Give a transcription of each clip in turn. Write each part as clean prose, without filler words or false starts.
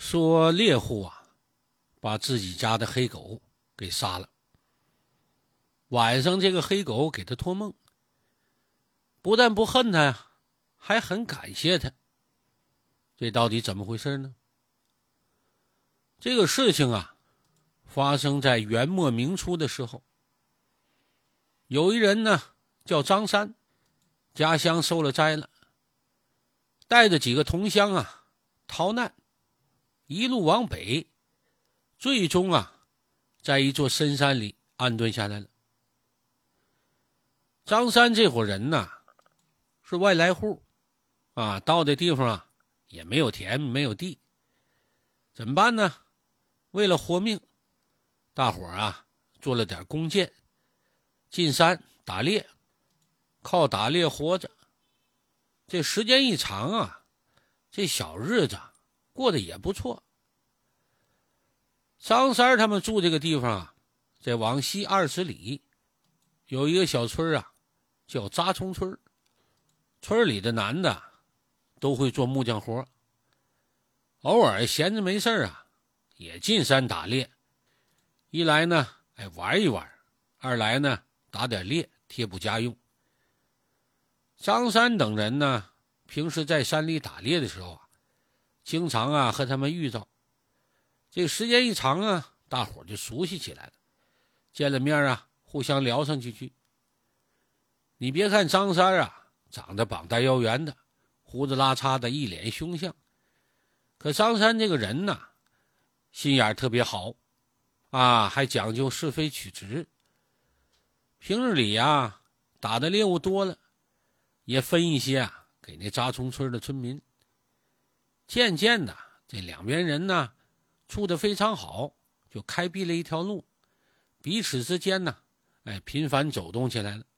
说猎户啊，把自己家的黑狗给杀了。晚上这个黑狗给他托梦，不但不恨他呀，还很感谢他。这到底怎么回事呢？这个事情啊，发生在元末明初的时候。有一人呢叫张三，家乡受了灾了，带着几个同乡啊逃难，一路往北，最终啊在一座深山里安顿下来了。张三这伙人呢是外来户啊，到的地方啊也没有田没有地，怎么办呢？为了活命，大伙啊做了点弓箭，进山打猎，靠打猎活着。这时间一长啊，这小日子过得也不错。张三他们住这个地方啊，在往西20里有一个小村啊，叫扎冲村。村里的男的都会做木匠活，偶尔闲着没事啊，也进山打猎。一来呢玩一玩，二来呢打点猎贴补家用。张三等人呢平时在山里打猎的时候啊，经常啊和他们遇到。这个时间一长啊，大伙就熟悉起来了，见了面啊互相聊上几句。你别看张三啊长得膀大腰圆的，胡子拉碴的，一脸凶相，可张三这个人呢心眼特别好啊，还讲究是非曲直。平日里啊打的猎物多了，也分一些啊给那扎冲村的村民。渐渐的这两边人呢处得非常好，就开辟了一条路，彼此之间呢频繁走动起来了。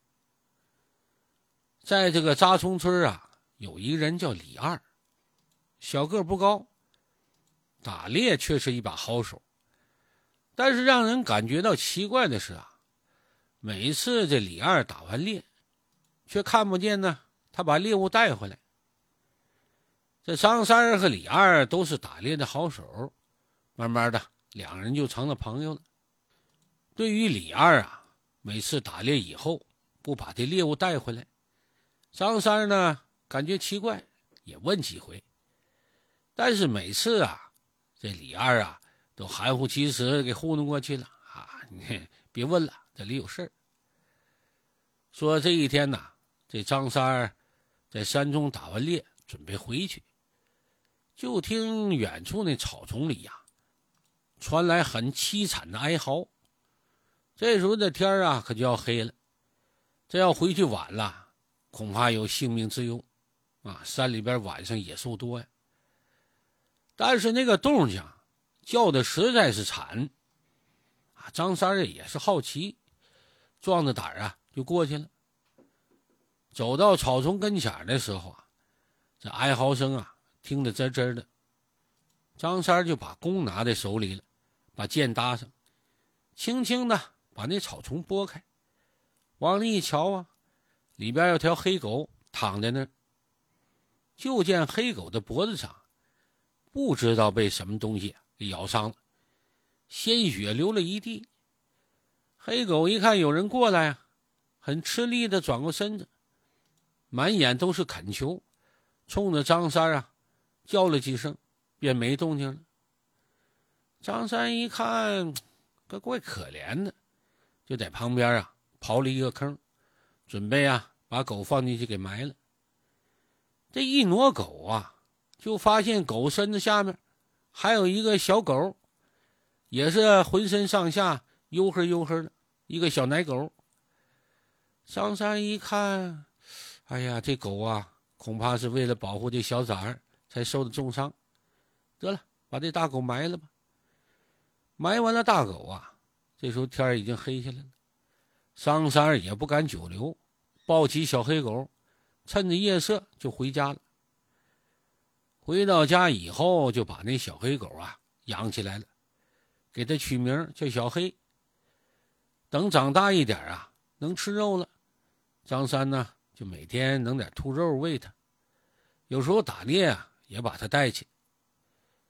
在这个扎冲村啊，有一个人叫李二，小个不高，打猎却是一把好手。但是让人感觉到奇怪的是啊，每次这李二打完猎，却看不见呢他把猎物带回来。这张三和李二都是打猎的好手，慢慢的两人就成了朋友了。对于李二啊，每次打猎以后不把这猎物带回来，张三呢感觉奇怪，也问几回。但是每次啊这李二啊都含糊其辞给糊弄过去了啊，你别问了，这里有事儿。说这一天呢，这张三在山中打完猎准备回去，就听远处那草丛里呀传来很凄惨的哀嚎。这时候的天啊可就要黑了，这要回去晚了，恐怕有性命之忧啊！山里边晚上野兽多呀。但是那个动静叫的实在是惨啊！张三也是好奇，壮着胆啊就过去了。走到草丛跟前的时候啊，这哀嚎声啊听得滋滋的。张三就把弓拿在手里了，把箭搭上，轻轻的把那草丛拨开，往里一瞧啊，里边有条黑狗躺在那儿。就见黑狗的脖子上不知道被什么东西给咬伤了，鲜血流了一地。黑狗一看有人过来啊，很吃力的转过身子，满眼都是恳求，冲着张三啊叫了几声，便没动静了。张三一看个怪可怜的，就在旁边啊刨了一个坑，准备啊把狗放进去给埋了。这一挪狗啊，就发现狗身子下面还有一个小狗，也是浑身上下悠黑悠黑的一个小奶狗。张三一看，哎呀，这狗啊恐怕是为了保护这小崽儿才受的重伤，得了，把这大狗埋了吧。埋完了大狗啊，这时候天已经黑下来了。张三也不敢久留，抱起小黑狗，趁着夜色就回家了。回到家以后，就把那小黑狗啊养起来了，给它取名叫小黑。等长大一点啊，能吃肉了，张三呢就每天弄点兔肉喂它，有时候打猎啊也把它带去。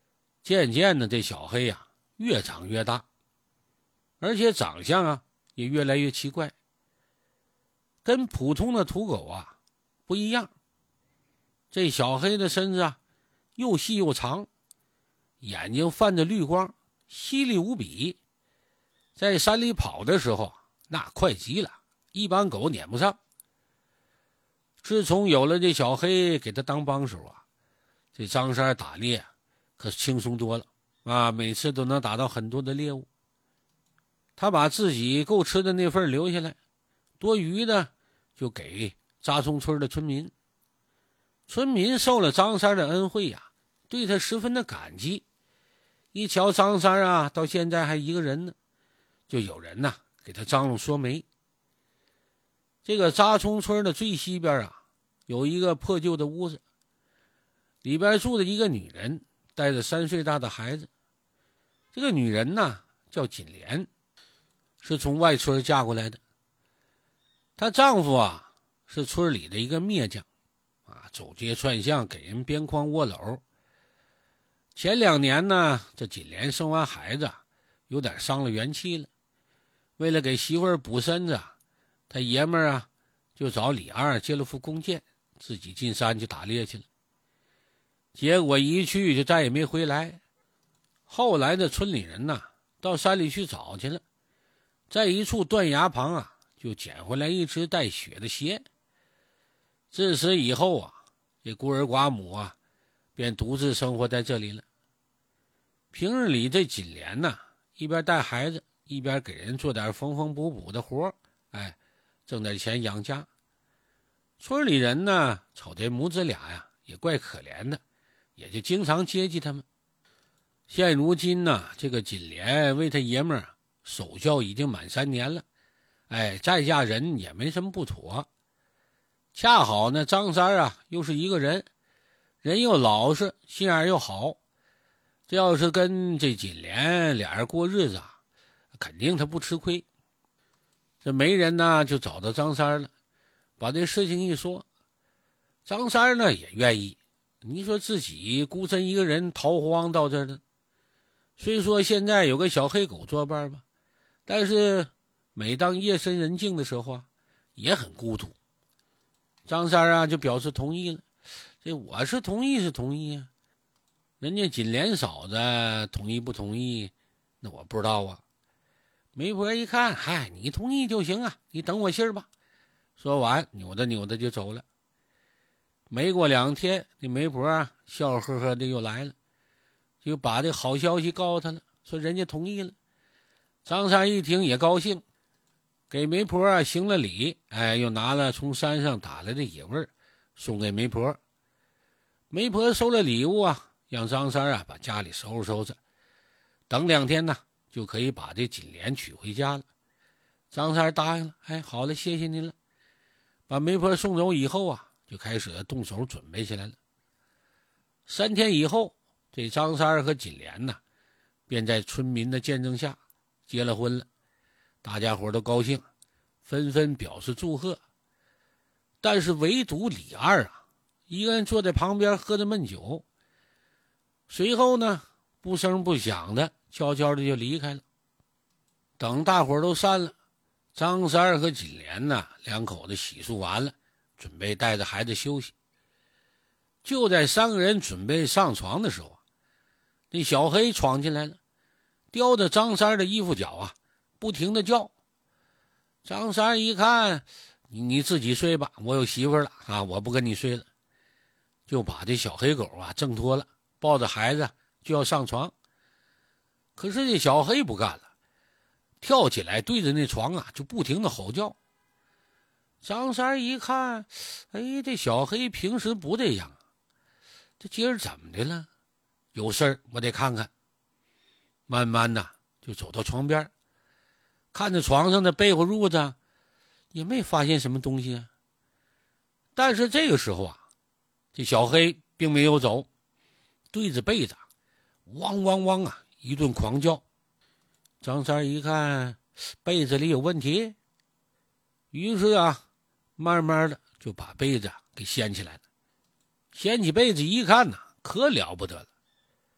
渐渐的，这小黑呀越长越大，而且长相啊也越来越奇怪，跟普通的土狗啊不一样。这小黑的身子啊又细又长，眼睛泛着绿光，犀利无比。在山里跑的时候那快极了，一般狗撵不上。自从有了这小黑给他当帮手啊，这张三打猎可轻松多了啊，每次都能打到很多的猎物。他把自己够吃的那份留下来，多余的就给扎葱村的村民。村民受了张三的恩惠呀，对他十分的感激。一瞧张三啊到现在还一个人呢，就有人呐给他张罗说媒。这个扎葱村的最西边啊有一个破旧的屋子，里边住着一个女人，带着3岁大的孩子。这个女人呢叫锦莲，是从外村嫁过来的。她丈夫啊是村里的一个篾匠啊，走街串巷给人边框窝篓。前2年呢，这锦莲生完孩子有点伤了元气了，为了给媳妇儿补身子，他爷们儿啊就找李二借了副弓箭，自己进山去打猎去了。结果一去就再也没回来。后来的村里人呐到山里去找去了，在一处断崖旁啊就捡回来一只带血的鞋。自此以后啊，这孤儿寡母啊便独自生活在这里了。平日里这锦莲呐一边带孩子，一边给人做点缝缝补补的活，挣点钱养家。村里人呢瞅这母子俩呀也怪可怜的，也就经常接济他们。现如今呢，这个锦莲为他爷们儿守孝已经满3年了，再嫁人也没什么不妥。恰好呢张三啊又是一个人又老实，心眼又好，这要是跟这锦莲俩人过日子啊，肯定他不吃亏。这媒人呢就找到张三了，把这事情一说。张三呢也愿意，你说自己孤身一个人逃荒到这儿的，虽说现在有个小黑狗作伴吧，但是每当夜深人静的时候啊也很孤独。张三啊就表示同意了。这我是同意是同意啊，人家锦莲嫂子同意不同意那我不知道啊。媒婆一看，嗨，你同意就行啊，你等我信儿吧。说完扭着扭着就走了。没过2天，这媒婆啊笑呵呵的又来了，就把这好消息告诉他了，说人家同意了。张三一听也高兴，给媒婆啊行了礼，又拿了从山上打来的野味送给媒婆。媒婆收了礼物啊，让张三啊把家里收拾收拾，等2天呢就可以把这锦莲娶回家了。张三答应了，好了，谢谢您了。把媒婆送走以后啊，就开始动手准备起来了。3天以后，这张三和锦莲呢便在村民的见证下结了婚了。大家伙都高兴，纷纷表示祝贺。但是唯独李二啊一个人坐在旁边喝着闷酒，随后呢不声不响的悄悄的就离开了。等大伙都散了，张三和锦莲呢2口子洗漱完了，准备带着孩子休息。就在3个人准备上床的时候，那小黑闯进来了，叼着张三的衣服角啊不停的叫。张三一看，你自己睡吧，我有媳妇了啊，我不跟你睡了。就把这小黑狗啊挣脱了，抱着孩子就要上床。可是这小黑不干了，跳起来对着那床啊就不停的吼叫。张三一看，这小黑平时不这样，这今儿怎么的了？有事儿我得看看。慢慢的就走到床边，看着床上的被窝褥子，也没发现什么东西啊。但是这个时候啊，这小黑并没有走，对着被子汪汪汪啊一顿狂叫。张三一看被子里有问题，于是啊慢慢的就把被子给掀起来了。掀起被子一看可了不得了，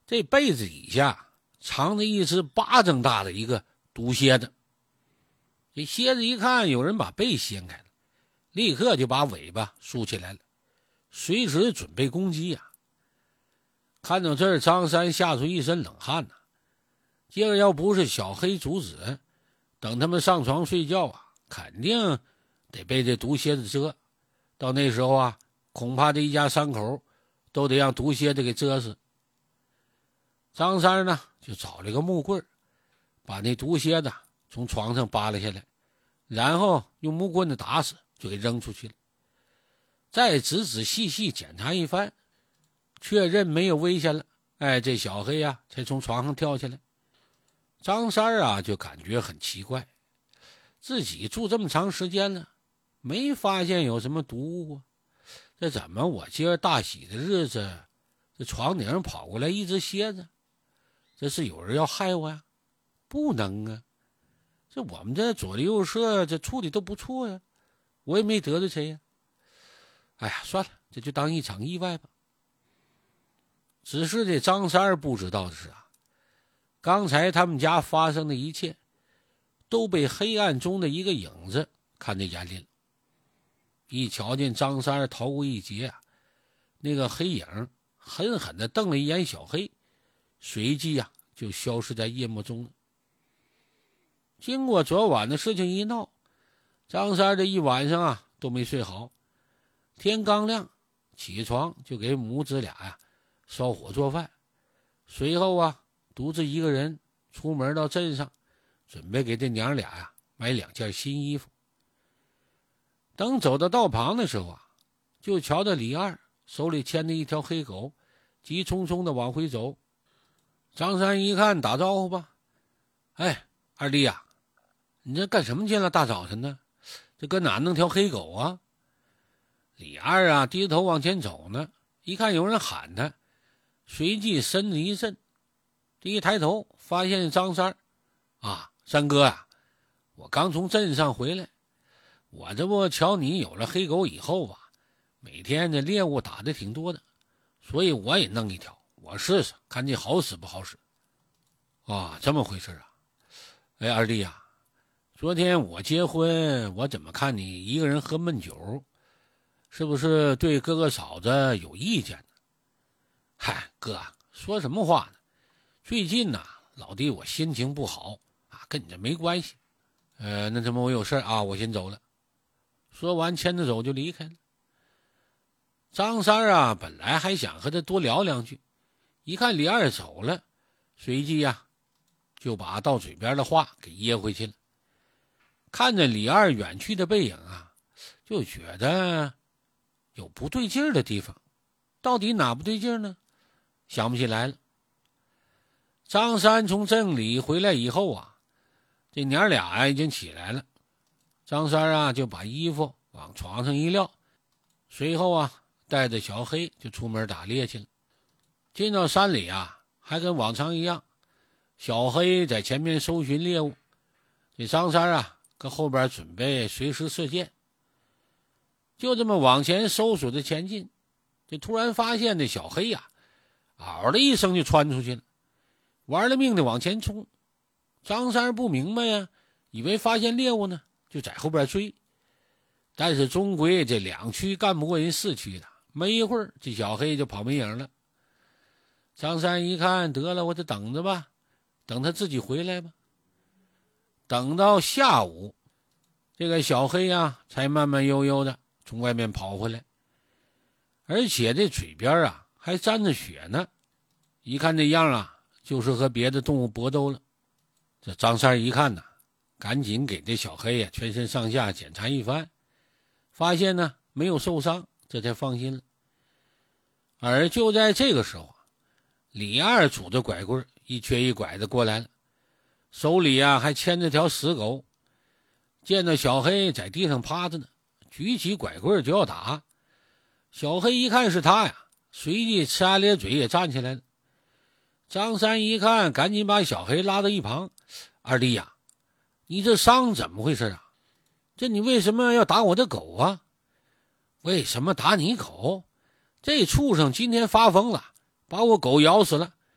这被子底下藏着一只巴掌大的一个毒蝎子。这蝎子一看有人把被掀开了，立刻就把尾巴竖起来了，随时准备攻击呀。看到这儿，张三吓出一身冷汗呐。今儿要不是小黑阻止，等他们上床睡觉啊，肯定得被这毒蝎子蛰。到那时候啊，恐怕这一家三口都得让毒蝎子给蛰死。张三呢，就找了个木棍，把那毒蝎子从床上扒拉下来，然后用木棍子打死，就给扔出去了。再仔仔细细检查一番，确认没有危险了，这小黑啊才从床上跳下来。张三啊就感觉很奇怪，自己住这么长时间了，没发现有什么毒物啊，这怎么我今儿大喜的日子，这床顶上跑过来一只蝎子？这是有人要害我呀？不能啊，这我们这左邻右舍这处理都不错呀，我也没得罪谁呀。哎呀，算了，这就当一场意外吧。只是这张三不知道的是啊，刚才他们家发生的一切都被黑暗中的一个影子看在眼里了。一瞧见张三逃过一劫啊，那个黑影狠狠地瞪了一眼小黑，随即啊就消失在夜幕中了。经过昨晚的事情一闹，张三这一晚上啊都没睡好。天刚亮，起床就给母子俩呀烧火做饭，随后啊独自一个人出门到镇上，准备给这娘俩呀买2件新衣服。等走到道旁的时候啊，就瞧到李二手里牵着一条黑狗，急匆匆的往回走。张三一看，打招呼吧：“哎，二弟呀，你这干什么去了？大早晨的，这搁哪弄条黑狗啊？”李二啊低头往前走呢，一看有人喊他，随即身子一震，这一抬头发现张三啊，三哥啊，我刚从镇上回来，我这不瞧你有了黑狗以后吧，每天这猎物打的挺多的，所以我也弄一条，我试试看这好使不好使。啊，这么回事啊。哎，二弟啊，昨天我结婚，我怎么看你一个人喝闷酒，是不是对哥哥嫂子有意见呢？嗨，哥，说什么话呢？最近呐，老弟我心情不好啊，跟你这没关系。那什么，我有事啊，我先走了。说完牵着走就离开了。张三啊本来还想和他多聊两句，一看李二走了，随即呀就把到嘴边的话给噎回去了。看着李二远去的背影啊，就觉得有不对劲儿的地方，到底哪不对劲儿呢？想不起来了。张三从镇里回来以后啊，这娘俩已经起来了。张三啊就把衣服往床上一撂，随后啊带着小黑就出门打猎去了。进到山里啊，还跟往常一样，小黑在前面搜寻猎物，这张三啊搁后边准备随时射箭。就这么往前搜索着前进，这突然发现这小黑呀嗷的一声就窜出去了，玩了命的往前冲。张三不明白呀，以为发现猎物呢，就在后边追。但是终归这2驱干不过人4驱的，没一会儿这小黑就跑没影了。张三一看，得了，我就等着吧，等他自己回来吧。等到下午，这个小黑啊才慢慢悠悠的从外面跑回来，而且这嘴边啊还沾着血呢，一看这样啊就是和别的动物搏斗了。这张三一看呐，赶紧给这小黑呀全身上下检查一番，发现呢没有受伤，这才放心了。而就在这个时候啊，李二拄着拐棍一瘸一拐的过来了，手里啊还牵着条死狗。见到小黑在地上趴着呢，举起拐棍就要打。小黑一看是他呀，随即呲牙咧嘴也站起来了。张三一看，赶紧把小黑拉到一旁：“二弟呀，你这伤怎么回事啊？这你为什么要打我的狗啊？”“为什么打你狗？这畜生今天发疯了，把我狗咬死了，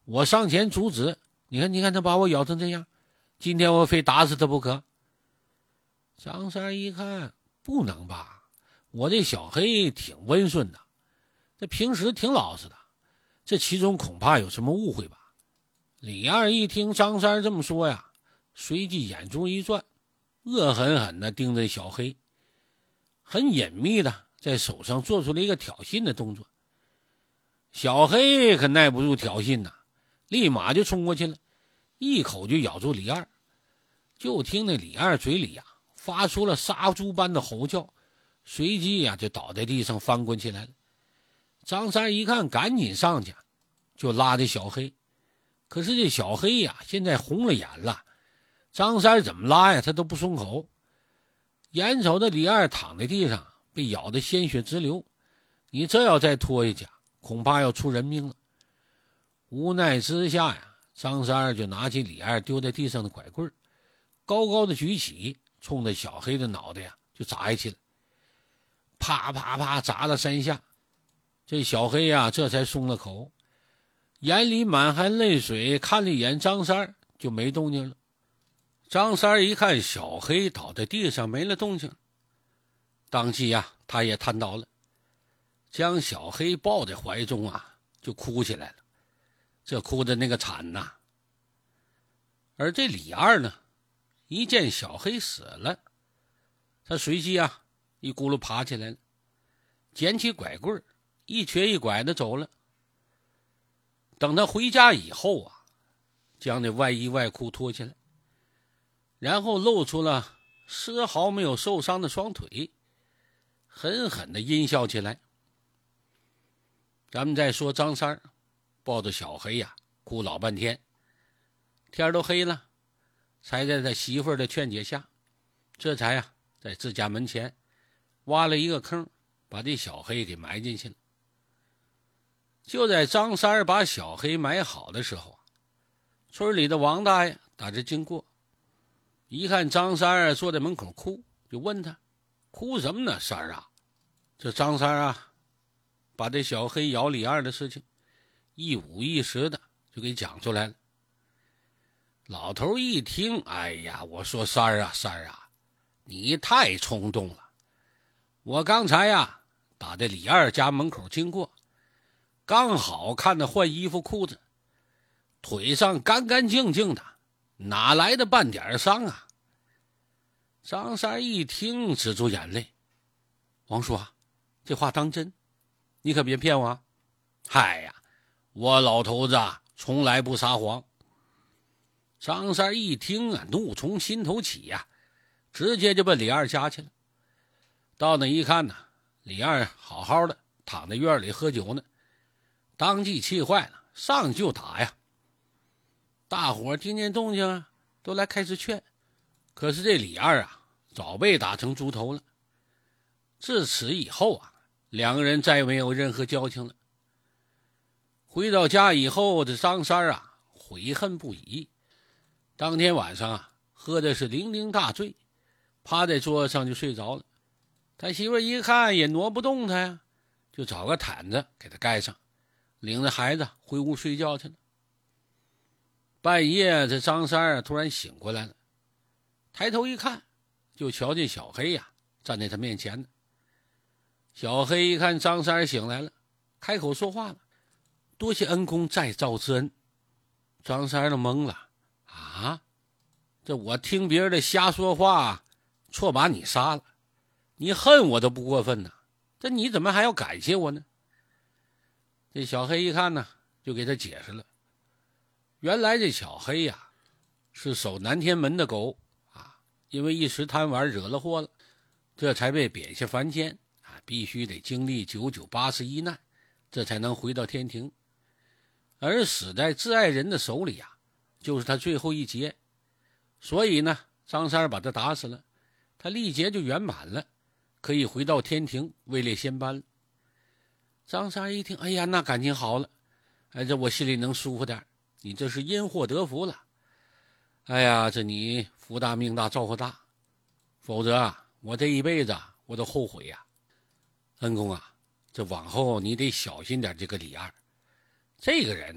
我上前阻止，你看他把我咬成这样，今天我非打死他不可。张三一看，不能吧，我这小黑挺温顺的，这平时挺老实的，这其中恐怕有什么误会吧。李二一听张三这么说呀，随即眼珠一转，恶狠狠地盯着小黑，很隐秘的在手上做出了一个挑衅的动作。小黑可耐不住挑衅呐，立马就冲过去了，一口就咬住李二。就听那李二嘴里发出了杀猪般的吼叫，随即就倒在地上翻滚起来了。张三一看，赶紧上去就拉着小黑，可是这小黑现在红了眼了，张三怎么拉他都不松口。眼瞅着李二躺在地上被咬得鲜血直流，你这要再拖下去恐怕要出人命了。无奈之下张三就拿起李二丢在地上的拐棍，高高的举起，冲着小黑的脑袋就砸下去了。啪啪啪砸了3下，这小黑这才松了口，眼里满含泪水，看了一眼张三就没动静了。张三一看小黑倒在地上没了动静，当即他也瘫倒了，将小黑抱在怀中就哭起来了，这哭的那个惨呐。而这李二呢，一见小黑死了，他随即一咕噜爬起来了，捡起拐棍一瘸一拐的走了。等他回家以后将这外衣外裤脱下来，然后露出了丝毫没有受伤的双腿，狠狠地阴笑起来。咱们再说张三抱着小黑哭老半天，天都黑了，才在他媳妇儿的劝解下，这才在自家门前挖了一个坑，把这小黑给埋进去了。就在张三把小黑埋好的时候村里的王大爷打这经过，一看张三坐在门口哭，就问他哭什么呢？三这张三把这小黑咬李二的事情一五一十的就给讲出来了。老头一听，哎呀，我说三你太冲动了。我刚才打在李二家门口经过，刚好看他换衣服裤子，腿上干干净净的，哪来的半点伤张三一听止住眼泪，王叔这话当真？你可别骗我嗨呀，我老头子从来不撒谎。张三一听怒从心头起直接就奔李二家去了。到那一看李二好好的躺在院里喝酒呢，当即气坏了，上去就打大伙听见动静都来开始劝，可是这李二早被打成猪头了。自此以后两个人再没有任何交情了。回到家以后，这张三悔恨不已。当天晚上喝的是酩酊大醉，趴在桌上就睡着了。他媳妇一看也挪不动他就找个毯子给他盖上，领着孩子回屋睡觉去了。半夜这张三突然醒过来了，抬头一看，就瞧见小黑站在他面前呢。小黑一看张三醒来了，开口说话了，多谢恩公再造之恩。张三都懵了这我听别人的瞎说话，错把你杀了，你恨我都不过分呢，这你怎么还要感谢我呢？这小黑一看就给他解释了。原来这小黑是守南天门的狗因为一时贪玩惹了祸了，这才被贬下凡间必须得经历9981难，这才能回到天庭。而死在挚爱人的手里就是他最后一劫。所以呢，张三把他打死了，他历劫就圆满了，可以回到天庭位列仙班了。张三一听，哎呀，那感情好了，这我心里能舒服点，你这是因祸得福了。哎呀，这你福大命大造化大，否则我这一辈子我都后悔恩公这往后你得小心点这个李二，这个人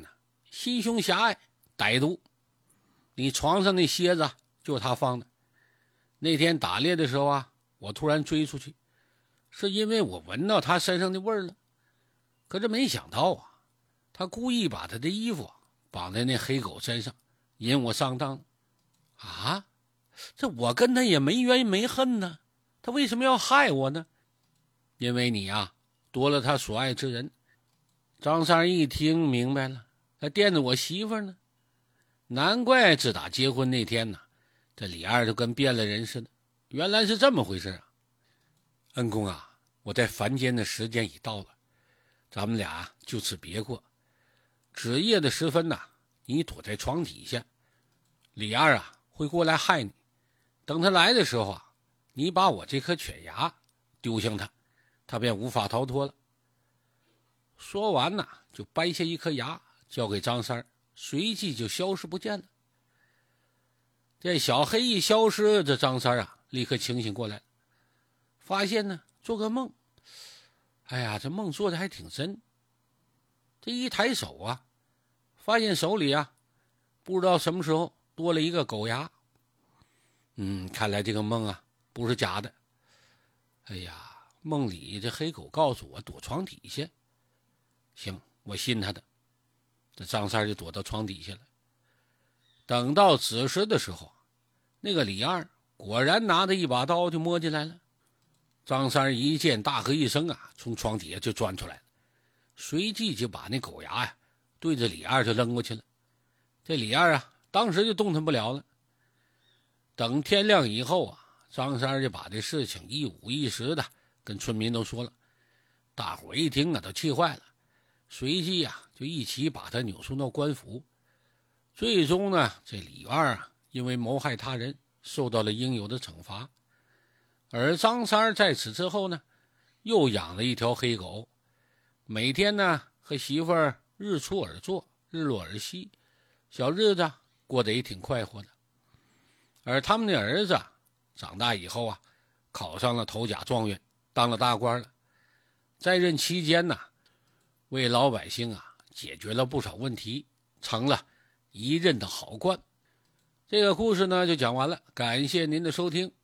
心胸狭隘歹毒，你床上那蝎子就是他放的。那天打猎的时候啊，我突然追出去，是因为我闻到他身上的味儿了。可是没想到啊，他故意把他的衣服绑在那黑狗身上，引我上当啊！这我跟他也没冤没恨呢，他为什么要害我呢？因为你啊，夺了他所爱之人。张三一听明白了，他惦着我媳妇呢。难怪自打结婚那天呢，这李二就跟变了人似的，原来是这么回事啊！恩公啊，我在凡间的时间已到了，咱们俩就此别过。子夜的时分呐，你躲在床底下，李二啊会过来害你。等他来的时候啊，你把我这颗犬牙丢向他，他便无法逃脱了。说完呐，就掰下一颗牙交给张三，随即就消失不见了。这小黑一消失，这张三啊立刻清醒过来，发现呢做个梦。哎呀，这梦做的还挺深。这一抬手啊，发现手里啊不知道什么时候多了一个狗牙。看来这个梦啊不是假的。哎呀，梦里这黑狗告诉我躲床底下，行，我信他的。这张三就躲到床底下了。等到子时的时候，那个李二果然拿着一把刀就摸进来了。张三一见，大喝一声啊，从床底下就钻出来了，随即就把那狗牙呀对着李二就扔过去了。这李二啊当时就动弹不了了。等天亮以后啊，张三就把这事情一五一十的跟村民都说了。大伙一听啊都气坏了，随即啊就一起把他扭送到官府。最终呢，这李二啊因为谋害他人受到了应有的惩罚。而张三在此之后呢，又养了一条黑狗，每天呢和媳妇儿日出而作，日落而息，小日子过得也挺快活的。而他们的儿子长大以后啊，考上了头甲状元，当了大官了。在任期间呢，为老百姓啊解决了不少问题，成了一任的好官。这个故事呢就讲完了，感谢您的收听。